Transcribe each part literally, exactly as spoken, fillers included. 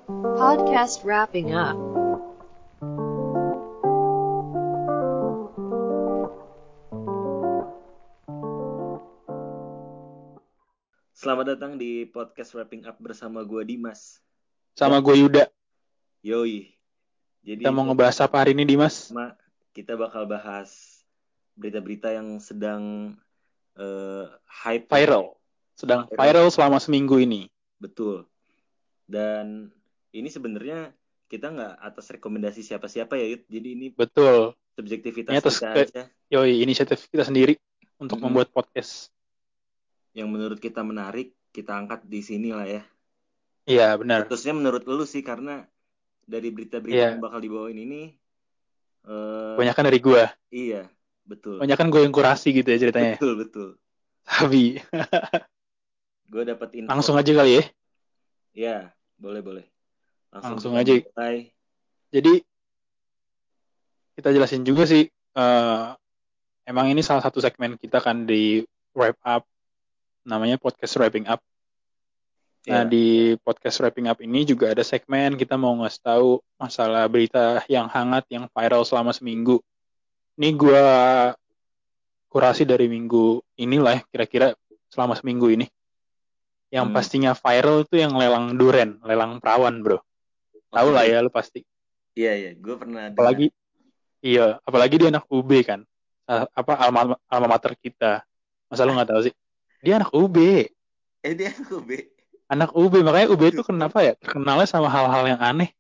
Podcast wrapping up. Selamat datang di podcast wrapping up bersama gue Dimas. Sama gue Yuda. Yoi. Jadi Kita mau ngebahas apa hari ini, Dimas? Ma, kita bakal bahas berita-berita yang sedang uh, hype. Viral. Sedang viral. viral selama seminggu ini. Betul. Dan ini sebenarnya kita nggak atas rekomendasi siapa-siapa ya, Yud. Jadi ini betul. Subjektivitas ini atas, kita eh, aja. Yoi, inisiatif kita sendiri untuk mm-hmm. membuat podcast. Yang menurut kita menarik, kita angkat di sini lah ya. Iya, benar. Terusnya menurut lu sih, karena dari berita-berita yeah. yang bakal dibawain ini uh, banyakan dari gue. Iya, betul. Banyakan gue yang kurasi gitu ya ceritanya. Betul, betul. Sabi. Gue dapat info. Langsung aja kali ya. Ya, boleh, boleh. Langsung, Langsung aja. Mulai. Jadi kita jelasin juga sih. Uh, emang ini salah satu segmen kita kan di wrap up. Namanya podcast wrapping up. Nah, yeah. di podcast wrapping up ini juga ada segmen kita mau ngasih tahu masalah berita yang hangat, yang viral selama seminggu. Ini gue kurasi dari minggu inilah, kira-kira selama seminggu ini. Yang hmm. pastinya viral itu yang lelang duren, lelang perawan, bro. Tahu lah ya, lu pasti. Iya, iya, gue pernah. Apalagi, dengar. iya, apalagi dia anak U B kan, apa alma alma mater kita. Masa lu nggak tahu sih? Dia anak U B. Eh, dia anak U B. Anak U B, makanya U B itu kenapa ya? Terkenalnya sama hal-hal yang aneh.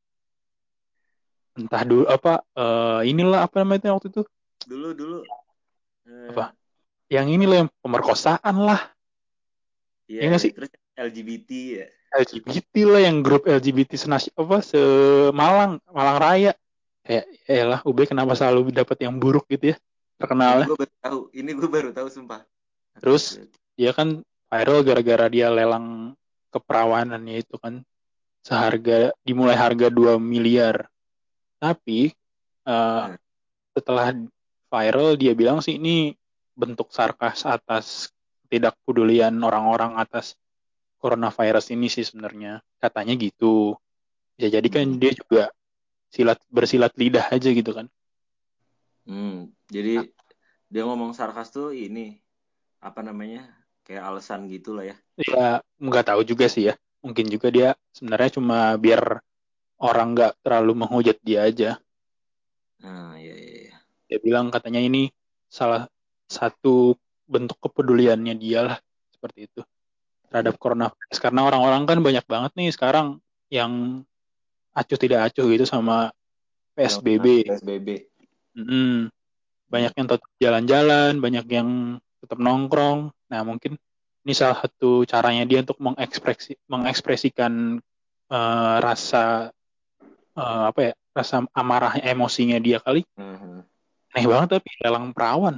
Entah dulu apa, uh, inilah apa namanya itu waktu itu? Dulu, dulu. Uh... Apa? Yang ini loh, yang pemerkosaan lah. Iya, ya nggak sih? Terus L G B T ya. L G B T lah, yang grup L G B T senasi apa Semalang, Malang Raya. Kayak, ya lah, U B kenapa selalu dapat yang buruk gitu ya? Terkenalnya. Ini gue baru tahu, ini gue baru tahu sumpah. Terus dia kan viral gara-gara dia lelang keperawanannya itu kan seharga dimulai harga dua miliar. Tapi uh, hmm. setelah viral dia bilang sih ini bentuk sarkas atas tidak pedulian orang-orang atas coronavirus ini sih sebenarnya. Katanya gitu. Ya jadi kan hmm. dia juga silat bersilat lidah aja gitu kan. Hmm, jadi nah. dia ngomong sarkas tuh ini apa namanya? Kayak alasan gitu lah ya. Ya nggak tahu juga sih ya. Mungkin juga dia sebenarnya cuma biar orang nggak terlalu menghujat dia aja. Ah, iya, iya, iya. Dia bilang katanya ini salah satu bentuk kepeduliannya dia lah seperti itu terhadap coronavirus, karena orang-orang kan banyak banget nih sekarang yang acuh tidak acuh gitu sama P S B B. P S B B. Hmm, banyak yang tetap jalan-jalan, banyak yang tetap nongkrong. Nah mungkin ini salah satu caranya dia untuk mengekspresi mengekspresikan uh, rasa uh, apa ya rasa amarahnya, emosinya dia kali. Uh-huh. Aneh banget tapi lelang perawan.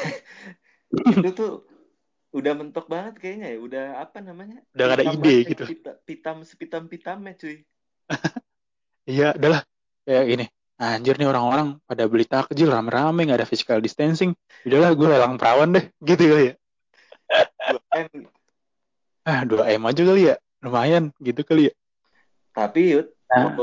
Itu tuh udah mentok banget kayaknya ya, udah apa namanya? Udah gak ada ide banget, gitu. Pita, pitam sepitam-pitamnya cuy. Iya, udahlah kayak gini. Anjir nih orang-orang pada beli takjil rame-rame, gak ada physical distancing. Udahlah gue lelang perawan deh, gitu kali ya. dua M. Ah, dua M aja kali ya. Lumayan gitu kali ya. Tapi Yud, nah, kalau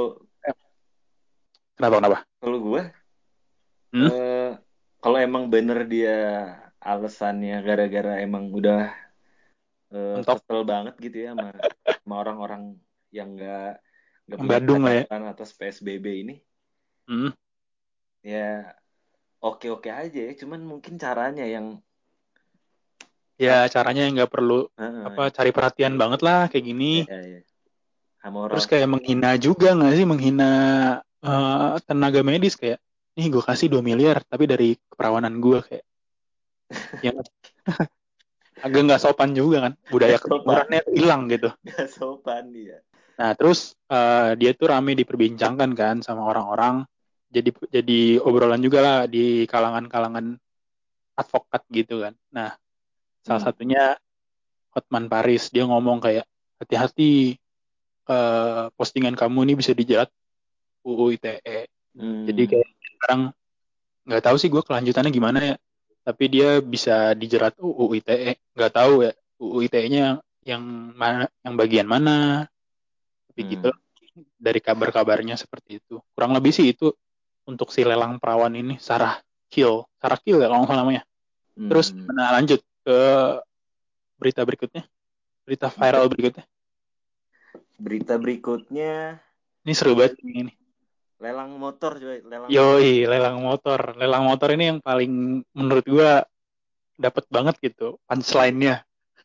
kenapa kenapa? Kalau gue, hmm? eh, kalau emang bener dia alasannya gara-gara emang udah eh, kesel banget gitu ya sama, sama orang-orang yang nggak nggak punya Badung lah ya atas P S B B ini, hmm. ya oke-oke aja ya. Cuman mungkin caranya yang ya caranya yang nggak perlu uh, apa cari perhatian uh, banget lah kayak gini. Ya, ya. Sama Terus kayak menghina juga nggak sih, menghina uh, tenaga medis kayak nih gue kasih dua miliar tapi dari keperawanan gue kayak ya agak nggak sopan juga kan, budaya ketimurannya hilang gitu. Nggak sopan dia. Nah terus uh, dia tuh rame diperbincangkan kan sama orang-orang, jadi jadi obrolan juga lah di kalangan-kalangan advokat gitu kan. Nah salah hmm. satunya Hotman Paris, dia ngomong kayak hati-hati uh, postingan kamu ini bisa dijerat U U I T E. Hmm. Jadi kayak sekarang nggak tahu sih gue kelanjutannya gimana ya, tapi dia bisa dijerat U U I T E. Nggak tahu ya U U I T E-nya yang mana, yang bagian mana, tapi hmm. gitu. dari kabar-kabarnya seperti itu. Kurang lebih sih itu untuk si lelang perawan ini, Sarah Kill. Sarah Kill ya kalau nggak salah namanya. Terus Hmm. nah, lanjut ke berita berikutnya. Berita viral berikutnya. Berita berikutnya Ini seru banget ini. lelang motor coy, lelang motor. Yoi, lelang motor. Lelang motor ini yang paling menurut gua dapat banget gitu punchline-nya.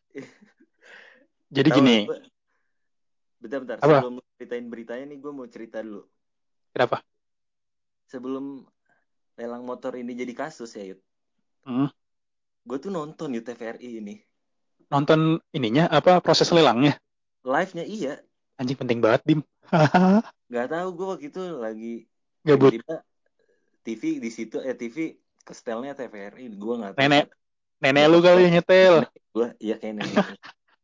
Jadi Tahu gini, nggak gue? Bentar-bentar, apa? sebelum ceritain beritanya nih gue mau cerita dulu. Kenapa? Sebelum lelang motor ini jadi kasus ya, Yud. Hmm, Gue tuh nonton Yud T V R I ini. nonton ininya apa proses lelangnya? Live-nya iya. Anjing penting banget, Dim. Gak tahu gue waktu itu lagi Gabut. tiba-tiba T V di situ, eh T V ke setelnya T V R I. Gue nggak tahu Nenek, siapa. nenek lu Bokap kali gue, yang nyetel. nenek gue, iya kayak nenek gue.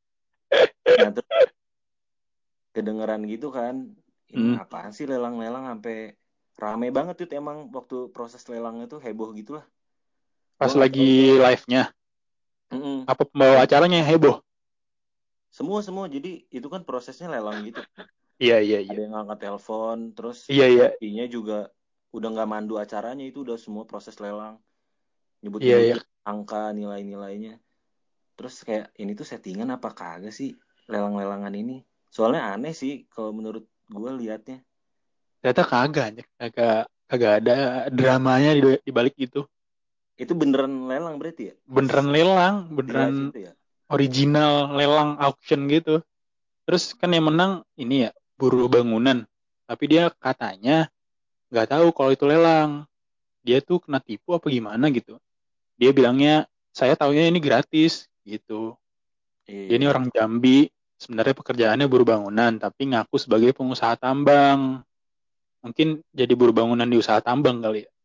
Nah terus kedengeran gitu kan, ini Hmm, apaan sih lelang-lelang sampai rame banget tuh emang waktu proses lelangnya tuh heboh gitulah. Gue pas nggak tahu tuh. lagi live-nya. Mm-mm. Apa pembawa acaranya yang heboh? Semua semua jadi itu kan prosesnya lelang gitu. Iya, iya, iya. Ada yang ngangkat telepon, terus Iya, iya. M P-nya juga udah nggak mandu acaranya, itu udah semua proses lelang, Iya, iya. nyebut-nyebutin angka nilai-nilainya. Terus kayak ini tuh settingan apa kagak sih lelang-lelangan ini? Soalnya aneh sih kalau menurut gue liatnya. Ternyata kagak, anjir. Kagak, kagak ada dramanya di, di balik itu. Itu beneran lelang berarti ya? Pas Beneran lelang, di beneran live itu ya? original lelang auction gitu. Terus kan yang menang ini ya, buruh bangunan. Tapi dia katanya nggak tahu kalau itu lelang. Dia tuh kena tipu apa gimana gitu. Dia bilangnya, saya taunya ini gratis gitu. Dia ini Iya. orang Jambi, sebenarnya pekerjaannya buruh bangunan, tapi ngaku sebagai pengusaha tambang. Mungkin jadi buruh bangunan di usaha tambang kali ya.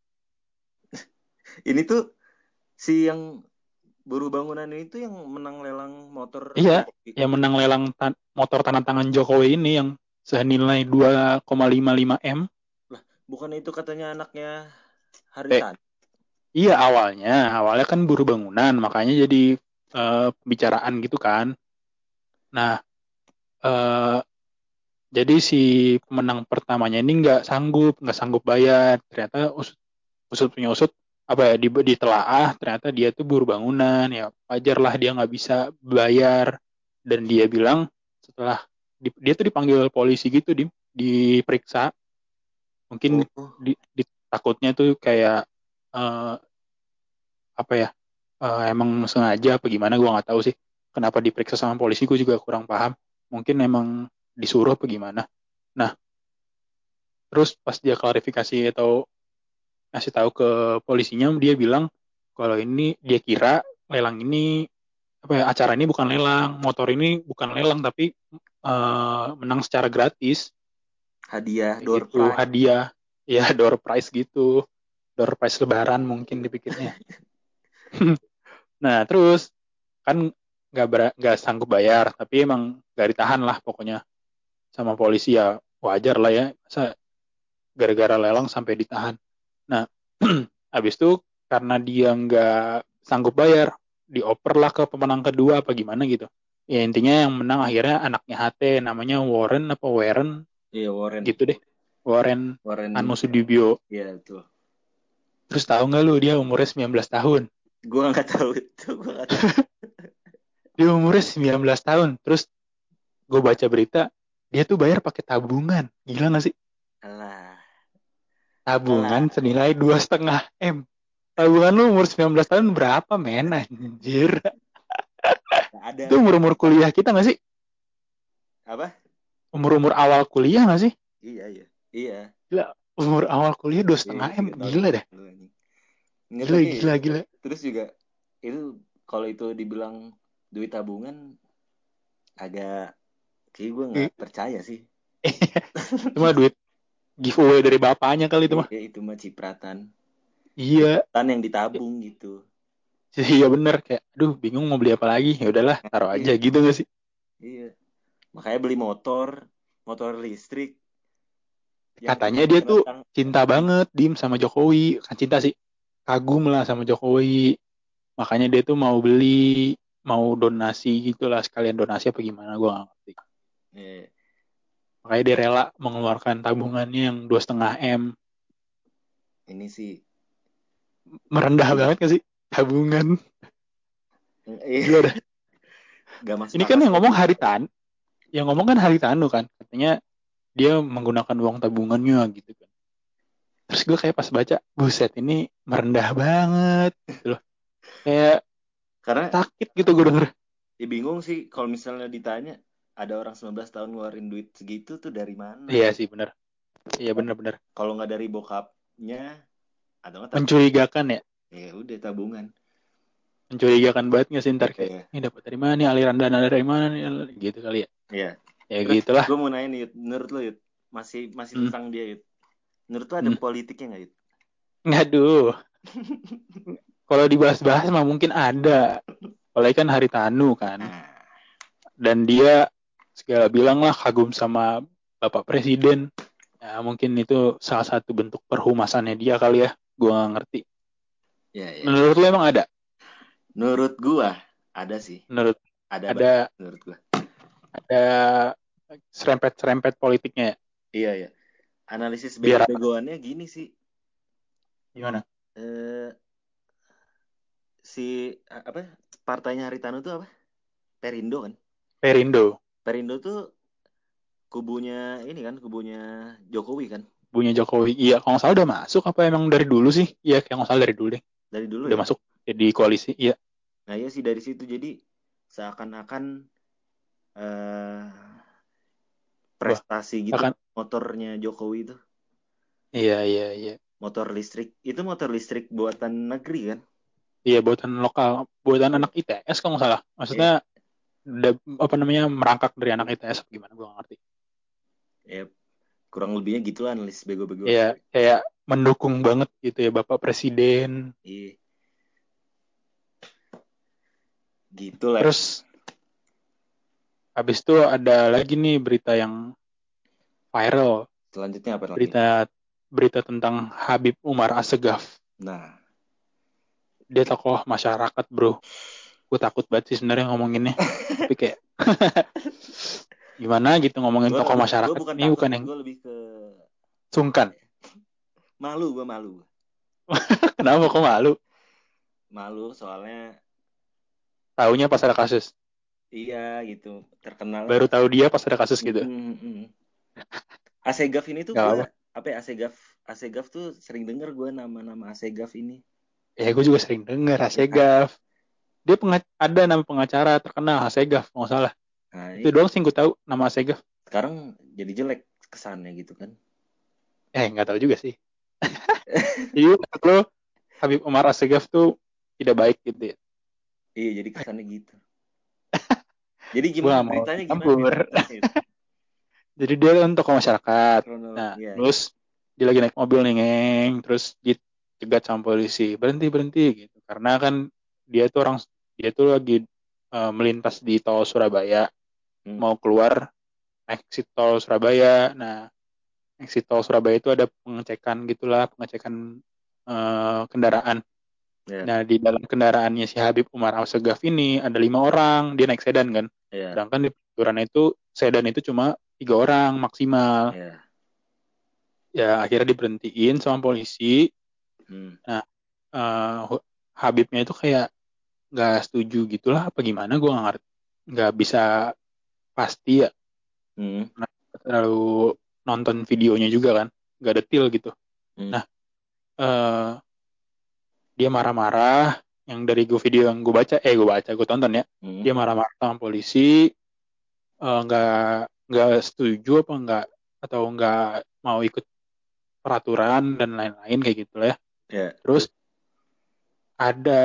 Ini tuh si yang buruh bangunan ini tuh yang menang lelang motor Iya, Jokowi. yang menang lelang ta- motor tanah tangan Jokowi ini yang senilai dua koma lima lima M. Lah, bukan itu katanya anaknya Eh, Haritanu. iya awalnya, awalnya kan buruh bangunan, makanya jadi eh, pembicaraan gitu kan. Nah, eh, jadi si pemenang pertamanya ini nggak sanggup, nggak sanggup bayar. Ternyata usut, usut punya usut, apa ya, di, ditelaah, ternyata dia tuh buruh bangunan, ya wajar lah dia nggak bisa bayar. Dan dia bilang setelah di, dia tuh dipanggil polisi gitu, di, diperiksa, mungkin Oh, di, di, takutnya tuh kayak eh, apa ya, eh, emang sengaja apa gimana gue nggak tahu sih. Kenapa diperiksa sama polisi gue juga kurang paham. Mungkin emang disuruh apa gimana. Nah, terus pas dia klarifikasi atau ngasih tahu ke polisinya, dia bilang kalau ini dia kira lelang ini apa ya, acara ini bukan lelang, motor ini bukan lelang tapi eh, menang secara gratis hadiah kayak door gitu, prize. hadiah ya, door prize gitu, door prize lebaran mungkin dipikirnya. Nah terus kan nggak ber- nggak sanggup bayar tapi emang nggak ditahan lah pokoknya sama polisi, ya wajar lah ya, masa gara-gara lelang sampai ditahan. Nah, habis itu karena dia nggak sanggup bayar, dioper lah ke pemenang kedua apa gimana gitu. Ya intinya yang menang akhirnya anaknya H T, namanya Warren apa Warren Iya, Warren. gitu deh. Warren Warren. Anusudibyo. Iya, tuh. Terus tahu nggak lu dia umurnya sembilan belas tahun? Gue nggak tahu itu, gue nggak tahu. Dia umurnya sembilan belas tahun. Terus gue baca berita, dia tuh bayar pakai tabungan. Gila nggak sih? Alah, Tabungan alah. senilai dua setengah M. Tabungan lu umur sembilan belas tahun berapa men anjir? Nggak ada. Itu umur-umur kuliah kita nggak sih? Apa? Umur-umur awal kuliah nggak sih? Iya, iya. Iya. Gila, umur awal kuliah dua Iya, setengah M, tiga tahun gila yang dah. lalu ini. Nggak, Gila, tapi gila, gila. terus juga itu kalau itu dibilang duit tabungan agak kayak gue nggak percaya sih. Cuma duit giveaway dari bapaknya kali itu mah. Iya, itu mah cipratan. Iya, Cipratan yang ditabung gitu. iya bener kayak, aduh bingung mau beli apa lagi. Ya udahlah, taruh aja Iya, gitu nggak sih? iya. Makanya beli motor, motor listrik yang Katanya cuma dia kena tuh tang. cinta banget Dim sama Jokowi. Kan cinta sih, kagum lah sama Jokowi. Makanya dia tuh mau beli, mau donasi gitu lah, sekalian donasi apa gimana gue nggak ngerti. Iya. Makanya dia rela mengeluarkan tabungannya yang dua setengah m. Ini sih Merendah Iya. banget gak sih tabungan? iya Gila dah. gak masuk Ini akal kan yang sih ngomong itu. Haritanu, yang ngomong kan Haritanu kan, katanya dia menggunakan uang tabungannya gitu kan. Terus gue kayak pas baca, buset ini merendah banget gitu loh. Kayak Karena sakit gitu gue denger. ya bingung sih kalau misalnya ditanya ada orang sembilan belas tahun ngeluarin duit segitu tuh dari mana? Iya sih bener. Iya bener-bener. Kalau nggak dari bokapnya atau nggak tab- Mencurigakan ya. ya udah tabungan. Mencurigakan banget gak sih ntar kayak, Iya. ini dapat dari mana nih, aliran dana dari mana nih, gitu kali ya. Iya. Ya Terus gitulah. gue mau nanya nih, Yud. Menurut lo Yud, masih masih Hmm. tentang dia Yud. Menurut lo ada Hmm. politiknya nggak Yud? Ngaduh. Kalau dibahas-bahas mah mungkin ada. Apalagi kan Haritanu kan. Nah, Dan dia segala bilang lah kagum sama Bapak Presiden. Ya mungkin itu salah satu bentuk perhumasannya dia kali ya. Gue gak ngerti. ya ya. Menurut lo emang ada? Menurut gua ada sih. Menurut Ada ada banget menurut gua. ada serempet-serempet politiknya ya? Iya ya. Analisis Biar apa? bego-begoannya gini sih. Gimana? Eh, si apa partainya Haritanu tuh apa? Perindo kan? Perindo. Perindo tuh kubunya ini kan, kubunya Jokowi kan? Punya Jokowi. Iya, kalau nggak salah udah masuk apa emang dari dulu sih? Iya, kayak nggak salah dari dulu deh. Dari dulu Udah ya. masuk jadi koalisi. Iya. Nah ya sih dari situ jadi seakan-akan eh, Wah, prestasi gitu akan. motornya Jokowi itu. Iya, iya, iya. Motor listrik itu motor listrik buatan negeri kan? Iya, buatan lokal, buatan Iya. anak I T S kalau nggak salah. Iya. Maksudnya udah, apa namanya, merangkak dari anak I T S apa gimana? Gue nggak ngerti. Ya kurang lebihnya gitulah analisis bego-begoan. Iya, kayak mendukung banget gitu ya Bapak Presiden. Iya. Gitu lah. Terus habis itu ada lagi nih berita yang viral. Selanjutnya apa lagi? Berita berita tentang Habib Umar Assegaf. Nah, Dia tokoh masyarakat, bro. Gue takut banget sih sebenarnya ngomonginnya. Tapi kayak gimana gitu ngomongin gue tokoh gue masyarakat bukan ini, takut bukan sih, yang gue lebih ke sungkan. apa ya? Malu, gue malu. Kenapa kok malu? Malu soalnya Taunya pas ada kasus. iya gitu terkenal lah. Baru tahu dia pas ada kasus gitu. Mm-mm. Assegaf ini tuh Gak gue apa. apa ya Assegaf Assegaf tuh sering denger gue nama-nama Assegaf ini. Ya gue juga sering denger Assegaf. Dia penga- ada nama pengacara terkenal Assegaf, nggak salah. Nah, Itu ini doang sih gue tahu nama Assegaf. sekarang jadi jelek kesannya gitu kan. Eh nggak tahu juga sih. Jadi menurut lo Habib Umar Assegaf tuh tidak baik gitu ya? Iya jadi kesannya gitu. Jadi Gue gimana gak mau ceritanya gimana nih? campur. Jadi dia kan tokoh masyarakat. Nah, Kronologi ya. terus dia lagi naik mobil nih, ngeng, terus dicegat sama polisi. Berhenti, berhenti gitu. Karena kan dia tuh orang dia tuh lagi uh, melintas di tol Surabaya, Hmm. mau keluar exit tol Surabaya. Nah, exit tol Surabaya itu ada pengecekan gitulah, pengecekan uh, kendaraan. Ya. Nah, di dalam kendaraannya si Habib Umar Assegaf ini ada lima orang, dia naik sedan kan. Ya. Sedangkan di peraturan itu sedan itu cuma tiga orang maksimal. Ya. Ya akhirnya diberhentiin sama polisi. Hmm. Nah, uh, Habibnya itu kayak nggak setuju gitulah apa gimana, gue nggak ngerti, nggak bisa pasti ya. Hmm. Nah, terlalu nonton videonya juga kan, nggak detail gitu. Hmm. Nah, uh, dia marah-marah. Yang dari gue video yang gue baca, eh gue baca, gue tonton ya. Hmm. Dia marah-marah sama polisi, uh, nggak nggak setuju apa nggak, atau nggak mau ikut peraturan dan lain-lain kayak gitu lah ya. Ya. Terus ada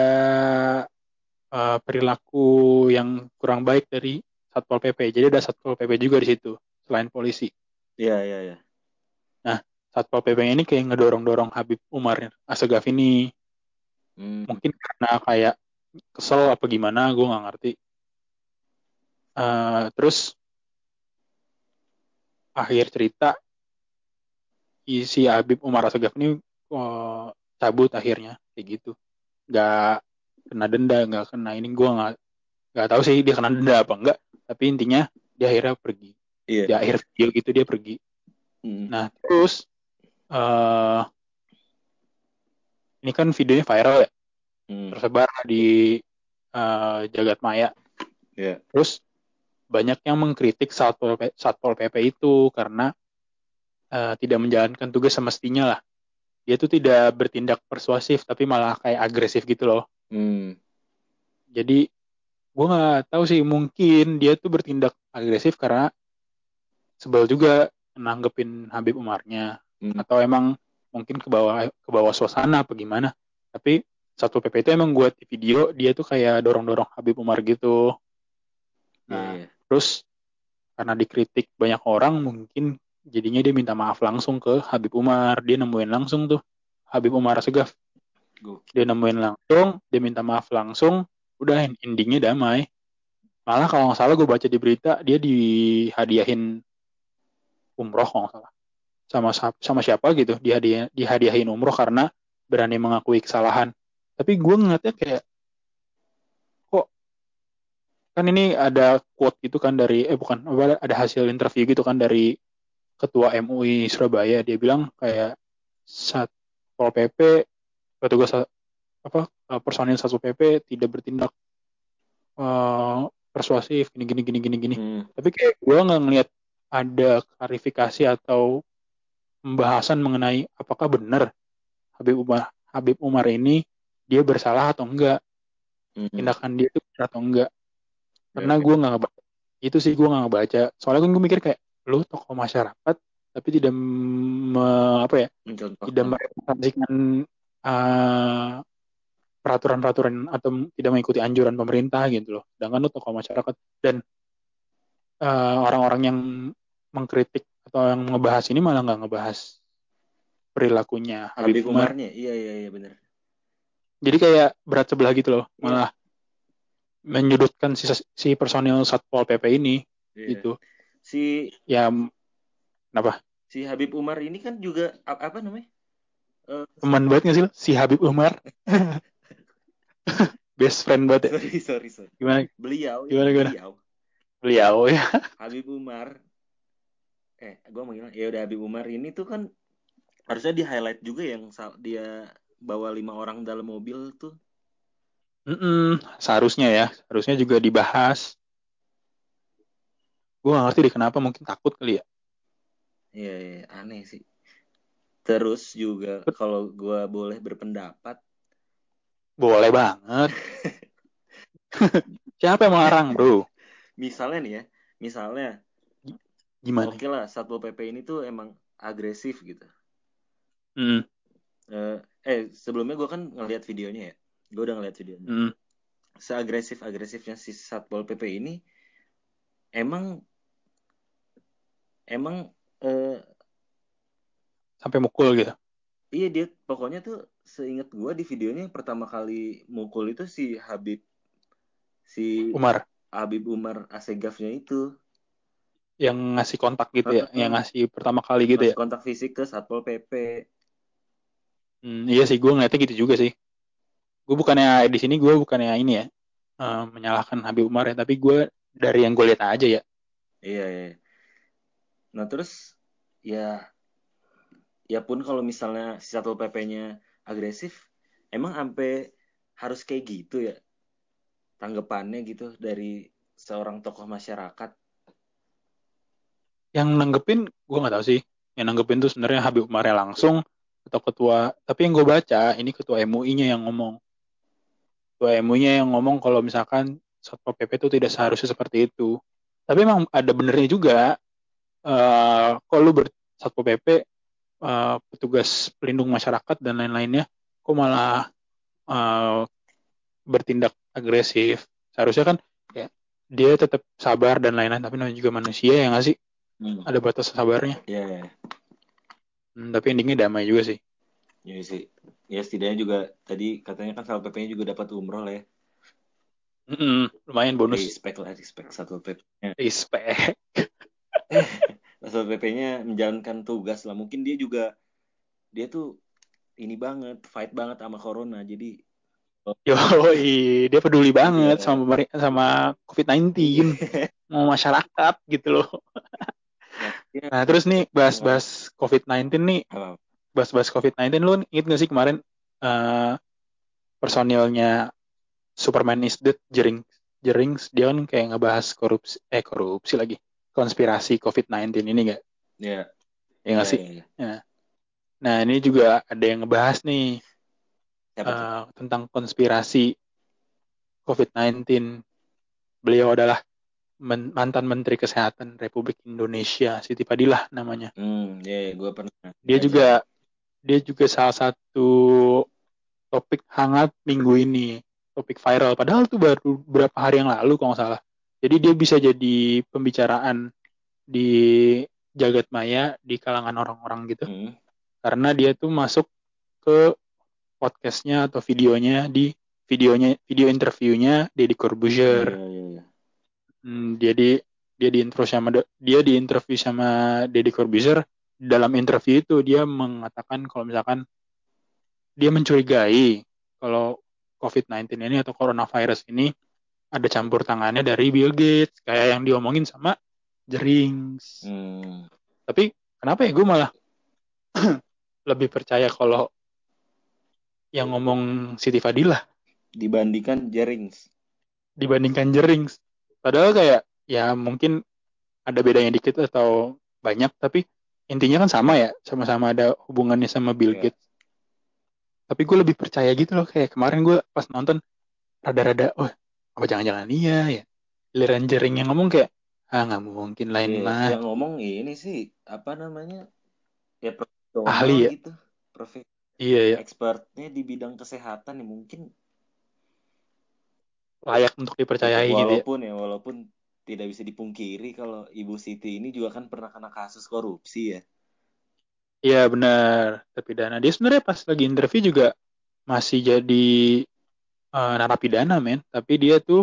uh, perilaku yang kurang baik dari Satpol P P. Jadi ada Satpol P P juga di situ selain polisi. Iya, iya, iya. Nah, Satpol P P ini kayak ngedorong-dorong Habib Umar Assegaf ini. Hmm. Mungkin karena kayak kesel apa gimana, gue nggak ngerti. Uh, terus akhir cerita si Habib Umar Assegaf ini uh, cabut akhirnya kayak gitu. Nggak kena denda, nggak kena ini, gue nggak nggak tahu sih dia kena denda apa enggak. Tapi intinya dia akhirnya pergi. Iya. Di akhir video gitu dia pergi. Mm. Nah terus uh, ini kan videonya viral ya, Mm. tersebar di uh, jagat maya. Yeah. Terus banyak yang mengkritik Satpol P- Satpol P P itu karena uh, tidak menjalankan tugas semestinya lah. Dia tuh tidak bertindak persuasif tapi malah kayak agresif gitu loh. Mm. Jadi gue nggak tahu sih, mungkin dia tuh bertindak agresif karena sebel juga nanggepin Habib Umarnya, Mm. atau emang mungkin ke bawah ke bawah suasana apa gimana. Tapi Satpol P P itu emang gue di video dia tuh kayak dorong-dorong Habib Umar gitu. Nah, Yeah, yeah. terus karena dikritik banyak orang, mungkin jadinya dia minta maaf langsung ke Habib Umar. Dia nemuin langsung tuh Habib Umar Assegaf. Dia nemuin langsung, dia minta maaf langsung, udah endingnya damai. Malah kalau nggak salah gue baca di berita dia dihadiahin umroh kalau nggak salah. Sama sama siapa gitu, dihadiah, dihadiahin umroh karena berani mengakui kesalahan. Tapi gue ngeliatnya kayak, kok kan ini ada quote gitu kan dari, eh bukan, ada hasil interview gitu kan dari Ketua M U I Surabaya. Dia bilang kayak Satpol P P, petugas apa personil Satpol P P tidak bertindak uh, persuasif gini gini gini gini gini. Hmm. Tapi kayak gue nggak ngelihat ada klarifikasi atau pembahasan mengenai apakah benar Habib Umar Habib Umar ini dia bersalah atau enggak, Hmm. tindakan dia itu benar atau enggak. Karena Okay. gue nggak ngebaca itu sih, gue nggak ngebaca. Soalnya kan gue mikir kayak, lu tokoh masyarakat tapi tidak me, apa ya tidak merepresentasikan uh, peraturan-peraturan atau tidak mengikuti anjuran pemerintah gitu loh. Sedangkan lu tokoh masyarakat dan uh, orang-orang yang mengkritik atau yang ngebahas ini malah nggak ngebahas perilakunya Habib, Habib Umar. Umarnya, iya iya iya benar. Jadi kayak berat sebelah gitu loh, Iya. malah menyudutkan si, si personil Satpol P P ini. Iya. Gitu. Si ya kenapa? Si Habib Umar ini kan juga apa namanya? Uh, Teman banget nggak sih lo? Si Habib Umar. Best friend banget ya. Sorry sorry sorry. Gimana? Beliau Gimana, ya, gimana? beliau. Beliau ya. Habib Umar. Eh, gue manggilnya ya udah Habib Umar ini tuh kan harusnya di highlight juga yang dia bawa lima orang dalam mobil tuh. Mm-mm, seharusnya ya, harusnya juga dibahas. Gue gak ngerti deh kenapa, mungkin takut kali ya. Iya, iya aneh sih. Terus juga kalau gue boleh berpendapat. Boleh banget. Siapa yang melarang, bro? Misalnya nih ya, misalnya. Gimana? Oke lah, Satpol P P ini tuh emang agresif gitu. Mm. Uh, eh sebelumnya gue kan ngeliat videonya ya, gue udah ngeliat videonya. Mm. Seagresif agresifnya si Satpol P P ini, emang emang uh, sampai mukul gitu. Iya dia pokoknya tuh seingat gue di videonya pertama kali mukul itu si Habib si Umar. Habib Umar Assegafnya itu. Yang ngasih kontak gitu ya, uh, yang ngasih pertama kali gitu ya. Kontak fisik ke Satpol P P. Hmm, iya sih, gue ngeliatnya gitu juga sih. Gue bukannya di sini gue bukannya ini ya uh, menyalahkan Habib Umar ya, tapi gue dari yang gue lihat aja ya. Iya, iya. Nah terus ya ya pun kalau misalnya si Satpol P P-nya agresif, emang sampai harus kayak gitu ya tanggapannya gitu dari seorang tokoh masyarakat? Yang nanggepin gue nggak tahu sih. Yang nanggepin tuh sebenarnya Habib Umar langsung atau ketua. Tapi yang gue baca ini ketua M U I-nya yang ngomong. Ketua M U I-nya yang ngomong kalau misalkan Satpol P P itu tidak seharusnya seperti itu. Tapi emang ada benernya juga. Uh, kalau lu ber Satpol P P, uh, petugas pelindung masyarakat dan lain-lainnya, kok malah uh, bertindak agresif. Seharusnya kan ya, dia tetap sabar dan lain-lain, tapi namanya juga manusia ya nggak sih? Hmm. Ada batas sabarnya. Iya. Yeah. Hmm, tapi endingnya damai juga sih. Iya sih. Ya setidaknya juga tadi katanya kan Satpol P P-nya juga dapat umroh lah ya. Mm-mm, lumayan bonus. Respect lah, respect Satpol P P-nya. Respect. Satpol P P-nya menjalankan tugas lah. Mungkin dia juga dia tuh ini banget, fight banget sama corona. Jadi Yoi, dia peduli banget iya. sama sama covid sembilan belas, mau masyarakat gitu loh. Ya, Nah, terus nih nggak- bahas-bahas covid sembilan belas nih, apa? bahas-bahas covid sembilan belas lu inget gak sih kemarin eh, personilnya Superman is Dead, Jering Jerings dia kan kayak ngebahas korupsi eh korupsi lagi konspirasi covid sembilan belas ini gak? Ya, Ya nggak ya, sih? ya, ya. Nah, nah ini juga ada yang ngebahas nih Siapa tuh? eh, tentang konspirasi covid sembilan belas. Beliau adalah men- mantan Menteri Kesehatan Republik Indonesia, Siti Fadilah namanya. Hmm, ya, ya gue pernah Dia baca juga tuh. dia juga salah satu topik hangat minggu ini, topik viral. Padahal tuh baru beberapa hari yang lalu kalau nggak salah. Jadi dia bisa jadi pembicaraan di jagat maya di kalangan orang-orang gitu. Hmm. Karena dia tuh masuk ke podcastnya atau videonya di videonya video interviewnya Deddy Corbuzier. Iya, iya, iya. Hmm, dia di dia di intro sama dia di interview sama Deddy Corbuzier. Dalam interview itu dia mengatakan kalau misalkan dia mencurigai kalau covid sembilan belas ini atau coronavirus ini ada campur tangannya dari Bill Gates kayak yang diomongin sama Jerings. Hmm. Tapi kenapa ya gue malah lebih percaya kalau yang ngomong Siti Fadilah Dibandingkan Jerings. dibandingkan Jerings. Padahal kayak ya mungkin ada bedanya dikit atau banyak, tapi intinya kan sama ya, sama-sama ada hubungannya sama Bill Ya. Gates. Tapi gue lebih percaya gitu loh, kayak kemarin gue pas nonton rada-rada, oh apa jangan-jangan iya ya. Giliran Jering yang ngomong kayak, ah nggak mungkin lain Iya, mah, yang ngomong ini sih apa namanya? Ya profesional ahli ya. gitu. Profe Iya ya, expertnya di bidang kesehatan ya mungkin layak untuk iya, dipercayai gitu ya. walaupun ya walaupun tidak bisa dipungkiri kalau Ibu Siti ini juga kan pernah kena kasus korupsi ya. Iya benar, terpidana. Dia sebenarnya pas lagi interview juga masih jadi eh, narapidana men, tapi dia tuh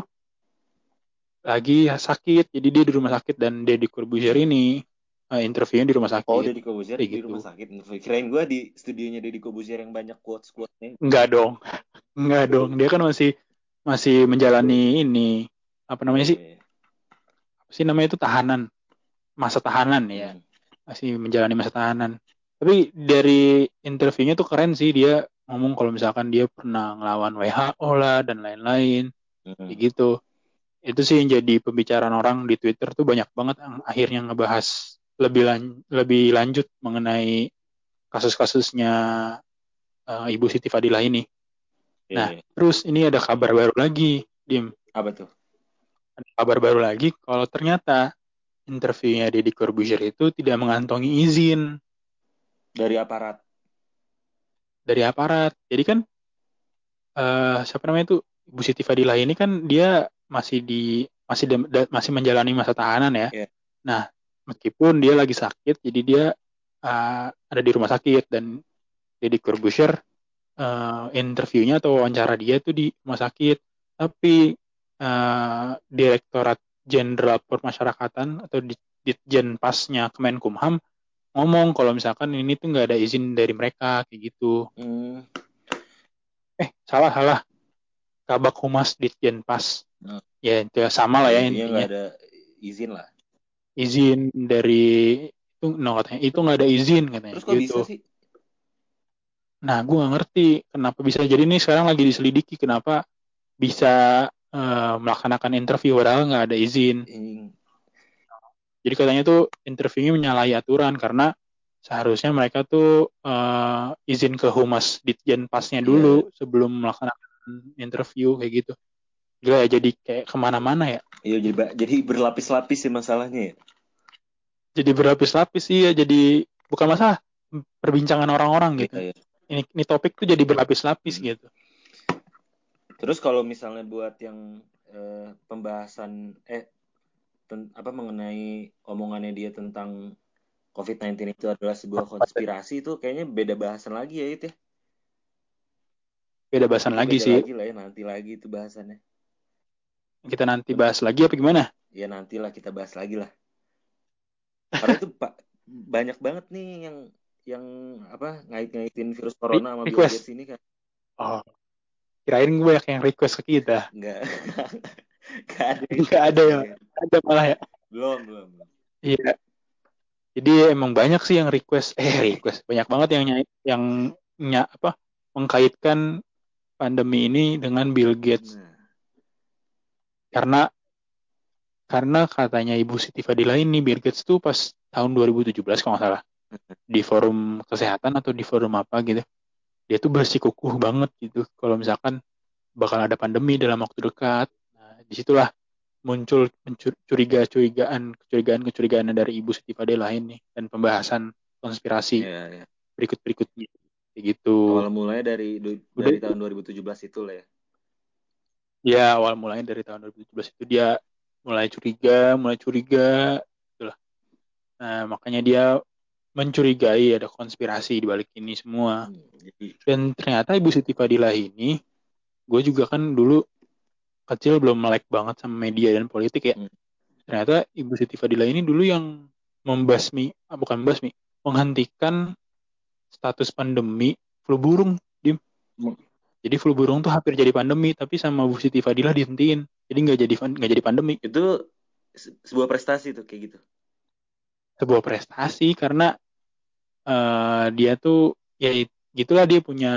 lagi sakit, jadi dia di rumah sakit dan Deddy Corbuzier Hmm. ini eh, interviewnya di rumah Oh, sakit, Deddy Corbuzier kayak di gitu. rumah sakit. Kirain gue di studionya Deddy Corbuzier yang banyak quotes-quotesnya. Enggak dong, enggak dong. Dia kan masih masih menjalani ini apa Iya, namanya sih? iya, iya. Apa sih namanya itu tahanan, masa tahanan ya, Hmm. masih menjalani masa tahanan. Tapi dari interviewnya tuh keren sih dia ngomong kalau misalkan dia pernah ngelawan W H O lah dan lain-lain, Hmm. kayak gitu. Itu sih yang jadi pembicaraan orang di Twitter tuh banyak banget yang akhirnya ngebahas lebih lan lebih lanjut mengenai kasus-kasusnya uh, Ibu Siti Fadilah ini. Iya, Nah, iya. terus ini ada kabar baru lagi, Dim. Apa tuh? Ada kabar baru lagi kalau ternyata interviewnya Deddy Corbuzier itu tidak mengantongi izin Dari aparat. dari aparat. Jadi kan uh, siapa namanya itu Ibu Siti Fadilah ini kan dia masih di masih de, da, masih menjalani masa tahanan ya. Iya. Nah, meskipun dia lagi sakit, jadi dia uh, ada di rumah sakit dan Deddy Corbuzier uh, interviewnya atau wawancara dia tuh di rumah sakit. Tapi uh, Direktorat Jenderal Permasyarakatan atau Ditjen Pasnya Kemenkumham ngomong kalau misalkan ini tuh nggak ada izin dari mereka kayak gitu. Hmm. Eh salah salah Kabak Humas Ditjen Pas. Nah, Ya itu ya sama ya lah ya intinya nggak intinya. ada izin lah. Izin dari itu no katanya itu nggak ada izin katanya Terus kok gitu. bisa sih? Nah gue nggak ngerti kenapa bisa jadi nih sekarang lagi diselidiki kenapa bisa uh, melaksanakan interview padahal nggak ada izin. Ini Jadi katanya tuh interviewnya menyalahi aturan karena seharusnya mereka tuh uh, izin ke humas Ditjen Pasnya ya, dulu sebelum melaksanakan interview kayak gitu. Gila ya jadi kayak kemana-mana ya. iya jadi ba- jadi berlapis-lapis sih masalahnya ya. Jadi berlapis-lapis sih ya. Jadi bukan masalah perbincangan orang-orang Iya, gitu. iya. Ini, ini topik tuh jadi berlapis-lapis Hmm. gitu. Terus kalau misalnya buat yang eh, pembahasan eh ten- apa mengenai omongannya dia tentang covid sembilan belas itu adalah sebuah konspirasi itu kayaknya beda bahasan lagi ya itu ya. Beda bahasan Itu lagi beda sih. lagi lah ya nanti lagi itu bahasannya. Kita nanti bahas lagi apa gimana? Ya nantilah kita bahas lagi lah. Karena itu Pak banyak banget nih yang yang apa ngait-ngaitin virus Re- corona sama Bill Gates request. ini kan. Oh, kirain gue banyak yang request ke kita. Enggak. Enggak ada yang Enggak ada request ya. gue. Ada malah ya. Belum, belum, belum. Iya. Jadi emang banyak sih yang request, eh request banyak banget yang nyai- yang nya, apa mengkaitkan pandemi ini dengan Bill Gates Nah, karena karena katanya Ibu Siti Fadila ini Bill Gates tuh pas tahun dua ribu tujuh belas kalau nggak salah di forum kesehatan atau di forum apa gitu dia tuh bersikukuh banget gitu kalau misalkan bakal ada pandemi dalam waktu dekat. Nah, disitulah muncul curiga-curigaan, kecurigaan-kecurigaan dari Ibu Siti Fadila ini dan pembahasan konspirasi ya, ya. berikut-berikutnya. Kayak gitu. Awal mulanya dari du- Udah dari itu. tahun dua ribu tujuh belas itu lah ya. Ya, awal mulanya dari tahun dua ribu tujuh belas itu dia mulai curiga, mulai curiga. Itulah. Nah, makanya dia mencurigai ada konspirasi di balik ini semua. Hmm, jadi Dan ternyata Ibu Siti Fadila ini, gue juga kan dulu kecil belum melek banget sama media dan politik ya. hmm, Ternyata Ibu Siti Fadila ini dulu yang membasmi, ah, bukan membasmi, menghentikan status pandemi flu burung. Dim. hmm. Jadi flu burung tuh hampir jadi pandemi, tapi sama Bu Siti Fadila dihentiin. Jadi nggak jadi nggak jadi pandemi. Itu se- sebuah prestasi tuh kayak gitu. Sebuah prestasi karena eh, dia tuh ya gitulah dia punya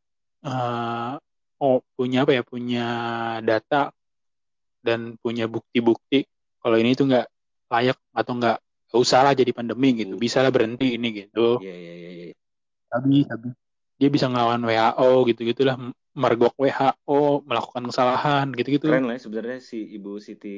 eh, oh punya apa ya punya data dan punya bukti-bukti kalau ini tuh nggak layak atau nggak nggak usah lah jadi pandemi gitu Uh, bisa lah berhenti ini gitu iya iya iya iya. habis habis dia bisa ngelawan W H O gitu gitulah mergok W H O melakukan kesalahan gitu gitu Keren lah ya sebenarnya si Ibu Siti.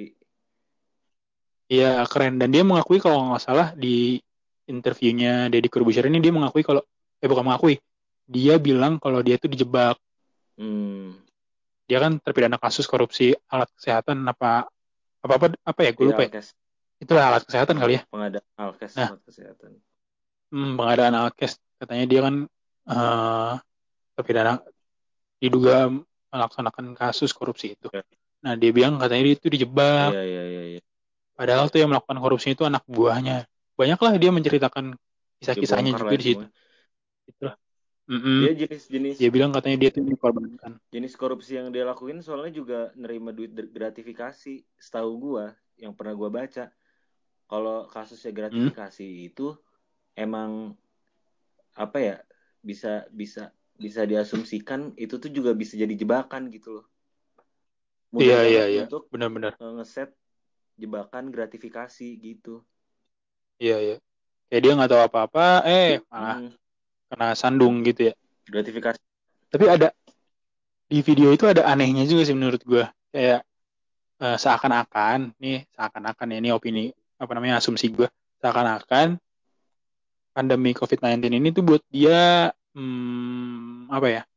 ya keren dan dia mengakui kalau nggak salah di interviewnya Deddy Corbuzier ini dia mengakui kalau eh bukan mengakui dia bilang kalau dia tuh dijebak Hmm, dia kan terpidana kasus korupsi alat kesehatan apa apa apa apa ya gue iya lupa ya Alkes. itulah alat kesehatan Heeh, kali ya. pengadaan Alkes Nah, alat kesehatan. hmm, pengadaan alkes katanya dia kan eh terpidana diduga melaksanakan kasus korupsi itu. Ya. Nah, dia bilang katanya dia itu dijebak. Iya iya iya iya. Padahal tuh yang melakukan korupsi itu anak buahnya. Banyaklah dia menceritakan kisah-kisahnya Kebongkar juga lah ya di situ. semua. Itulah. Mm-mm. Dia jenis-jenis Dia bilang katanya dia tuh dikorbankan. jenis korupsi yang dia lakuin soalnya juga nerima duit gratifikasi. Setahu gua yang pernah gua baca, kalau kasusnya Hmm? gratifikasi itu emang apa ya bisa bisa bisa diasumsikan itu tuh juga bisa jadi jebakan gitu loh. Mudah Iya, iya, banget iya. untuk Benar-benar. uh, ngeset jebakan gratifikasi gitu. Iya, iya. Kayak dia nggak tahu apa-apa, eh malah Hmm, kena sandung gitu ya. gratifikasi. Tapi ada di video itu ada anehnya juga sih menurut gue. Kayak eh, seakan-akan, nih seakan-akan ya, ini opini apa namanya asumsi gue, seakan-akan pandemi covid sembilan belas ini tuh buat dia hmm, apa ya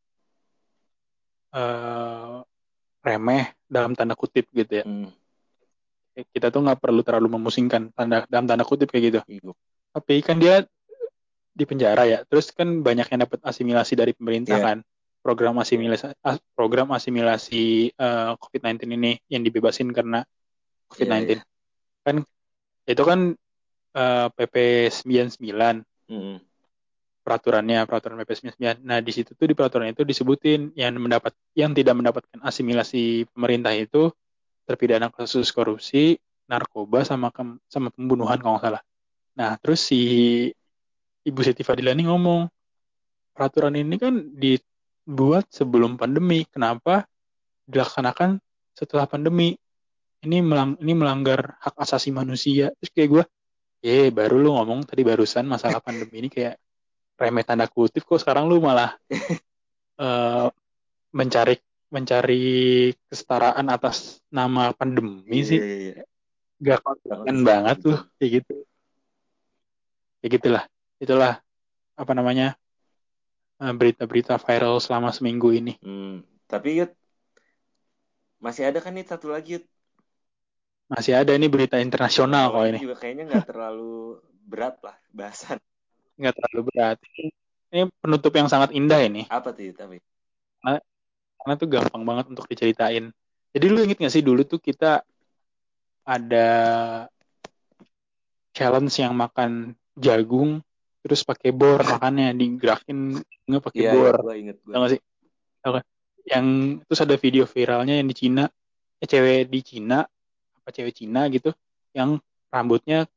eh, remeh dalam tanda kutip gitu ya. Hmm, Kita tuh nggak perlu terlalu memusingkan tanda dalam tanda kutip kayak gitu. iya. Tapi kan dia di penjara ya, terus kan banyak yang dapat asimilasi dari pemerintah Yeah, kan. Program asimilasi program asimilasi eh, covid sembilan belas ini yang dibebasin karena iya, covid sembilan belas iya. kan itu kan eh, P P sembilan puluh sembilan Hmm, peraturannya peraturan P P sembilan puluh sembilan. Nah, di situ tuh di peraturan itu disebutin yang mendapat yang tidak mendapatkan asimilasi pemerintah itu terpidana kasus korupsi, narkoba sama kem- sama pembunuhan kalau nggak salah. Nah, terus si Ibu Siti Fadila ini ngomong, peraturan ini kan dibuat sebelum pandemi. Kenapa dilaksanakan setelah pandemi? Ini melang ini melanggar hak asasi manusia. Terus kayak gue, eh baru lu ngomong tadi barusan masalah pandemi ini kayak remeh tanda kutip kok sekarang lu malah eh, mencari mencari kesetaraan atas nama pandemi iya, sih iya, iya. gak Gak konsisten banget konsisten tuh tuh. kayak gitu kayak gitulah itulah apa namanya eh, berita-berita viral selama seminggu ini Hmm, tapi Yud, masih ada kan nih satu lagi Yud. masih ada ini berita Nah, internasional kalau kok ini ini juga kayaknya nggak terlalu berat lah bahasan. nggak terlalu berat ini penutup yang sangat indah ini Apa tuh Yud? Tapi karena, karena tuh gampang banget untuk diceritain jadi lu inget gak sih dulu tuh kita ada challenge yang makan jagung terus pakai bor makannya digerakin nggak pakai iya iya, bor gue inget gue. tau gak sih tau gak? Yang terus ada video viralnya yang di Cina eh, cewek di Cina apa cewek Cina gitu yang rambutnya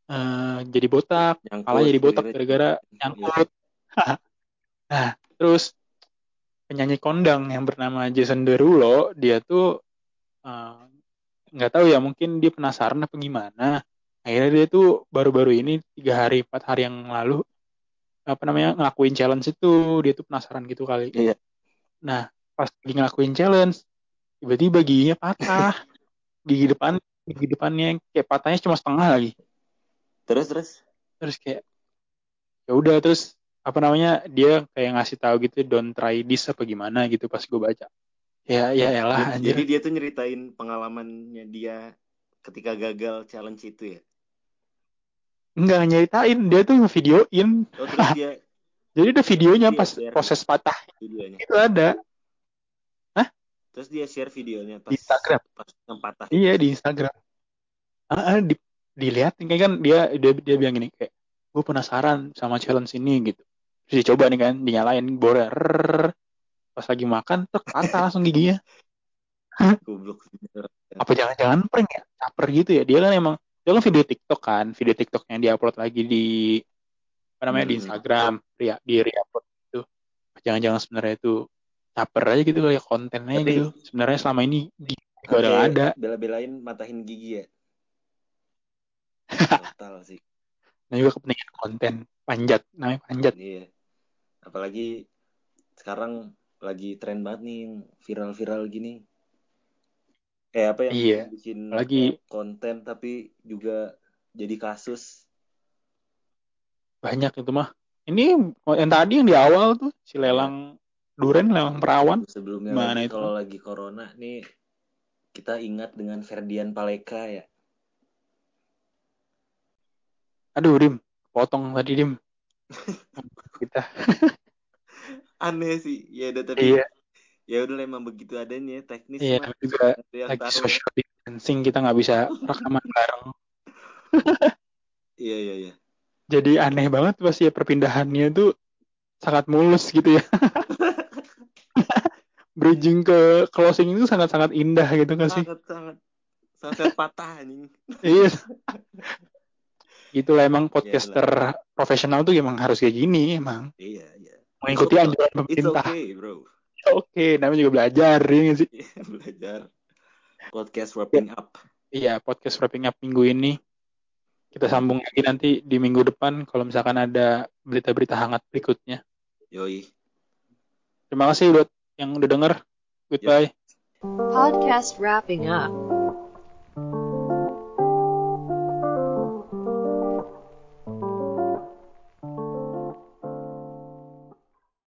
uh, jadi botak, Nyangkut, kepala jadi botak bibirnya gara-gara nyangkut. Nah, terus penyanyi kondang yang bernama Jason Derulo, dia tuh uh, nggak tahu ya, mungkin dia penasaran apa gimana. Akhirnya dia tuh baru-baru ini tiga hari, empat hari yang lalu apa namanya ngelakuin challenge itu, dia tuh penasaran gitu kali. Iya. Nah, pas lagi ngelakuin challenge, tiba-tiba giginya patah. Gigi depan, gigi depannya kayak patahnya cuma setengah lagi. Terus terus. Terus kayak ya udah, terus apa namanya dia kayak ngasih tahu gitu don't try this apa gimana gitu pas gue baca. Ya ya elah anjir. Jadi dia tuh nyeritain pengalamannya dia ketika gagal challenge itu ya. Enggak nyeritain, dia tuh ngevideoin. Oh terus dia Jadi ada videonya dia pas share proses patah videonya. itu ada. Hah? Terus dia share videonya Di pas Instagram. pas yang patah itu. Iya di Instagram. Ah, ah, di, dilihatin kayak kan dia dia dia bilang gini kayak gue penasaran sama challenge ini gitu. Terus dicoba nih kan, dinyalain borer. Pas lagi makan, tek patah langsung giginya. Goblok. Apa jangan-jangan prank ya? Caper gitu ya. Dia kan emang dia kan video TikTok kan, video TikTok yang diupload lagi di apa namanya di Hmm. Instagram, ya di reupload itu. Jangan-jangan sebenarnya itu caper aja gitu kali ya, kontennya Tapi gitu. Sebenarnya selama ini gigi juga udah sampai nggak ada. bela-belain matahin gigi ya. Total sih. Nah juga kepentingan konten panjat, namanya panjat. Iya. Apalagi sekarang lagi tren banget nih yang viral-viral gini. Eh apa yang Iya. bikin Lagi konten tapi juga jadi kasus. banyak itu mah. Ini yang tadi yang di awal tuh si Ya. lelang duren, lelang perawan. Sebelumnya Mana lagi itu? kalau lagi corona nih kita ingat dengan Ferdian Paleka ya. Aduh, Dim, potong tadi Dim. Kita. Aneh sih. Ya udah tapi Iya, ya udah emang begitu adanya teknis iya mah. juga Ada yang lagi tahu ya. social distancing, kita nggak bisa rekaman bareng. Iya iya iya. Jadi aneh banget pasti ya perpindahannya tuh sangat mulus gitu ya. Bridging ke closing itu sangat-sangat indah gitu kan sih. Sangat sangat sangat patah anjing. Iya, gitulah emang Ya itulah. podcaster profesional tuh emang harus kayak gini emang. Iya iya. It's Mengikuti okay. anjuran It's pemerintah. okay, bro. Oke, namanya juga belajar ya nggak sih. Belajar. Podcast wrapping up. Iya, podcast wrapping up minggu ini. Kita Hmm. sambung lagi nanti di minggu depan kalau misalkan ada berita-berita hangat berikutnya. Yoi. Terima kasih buat yang udah denger. Goodbye. Podcast wrapping up.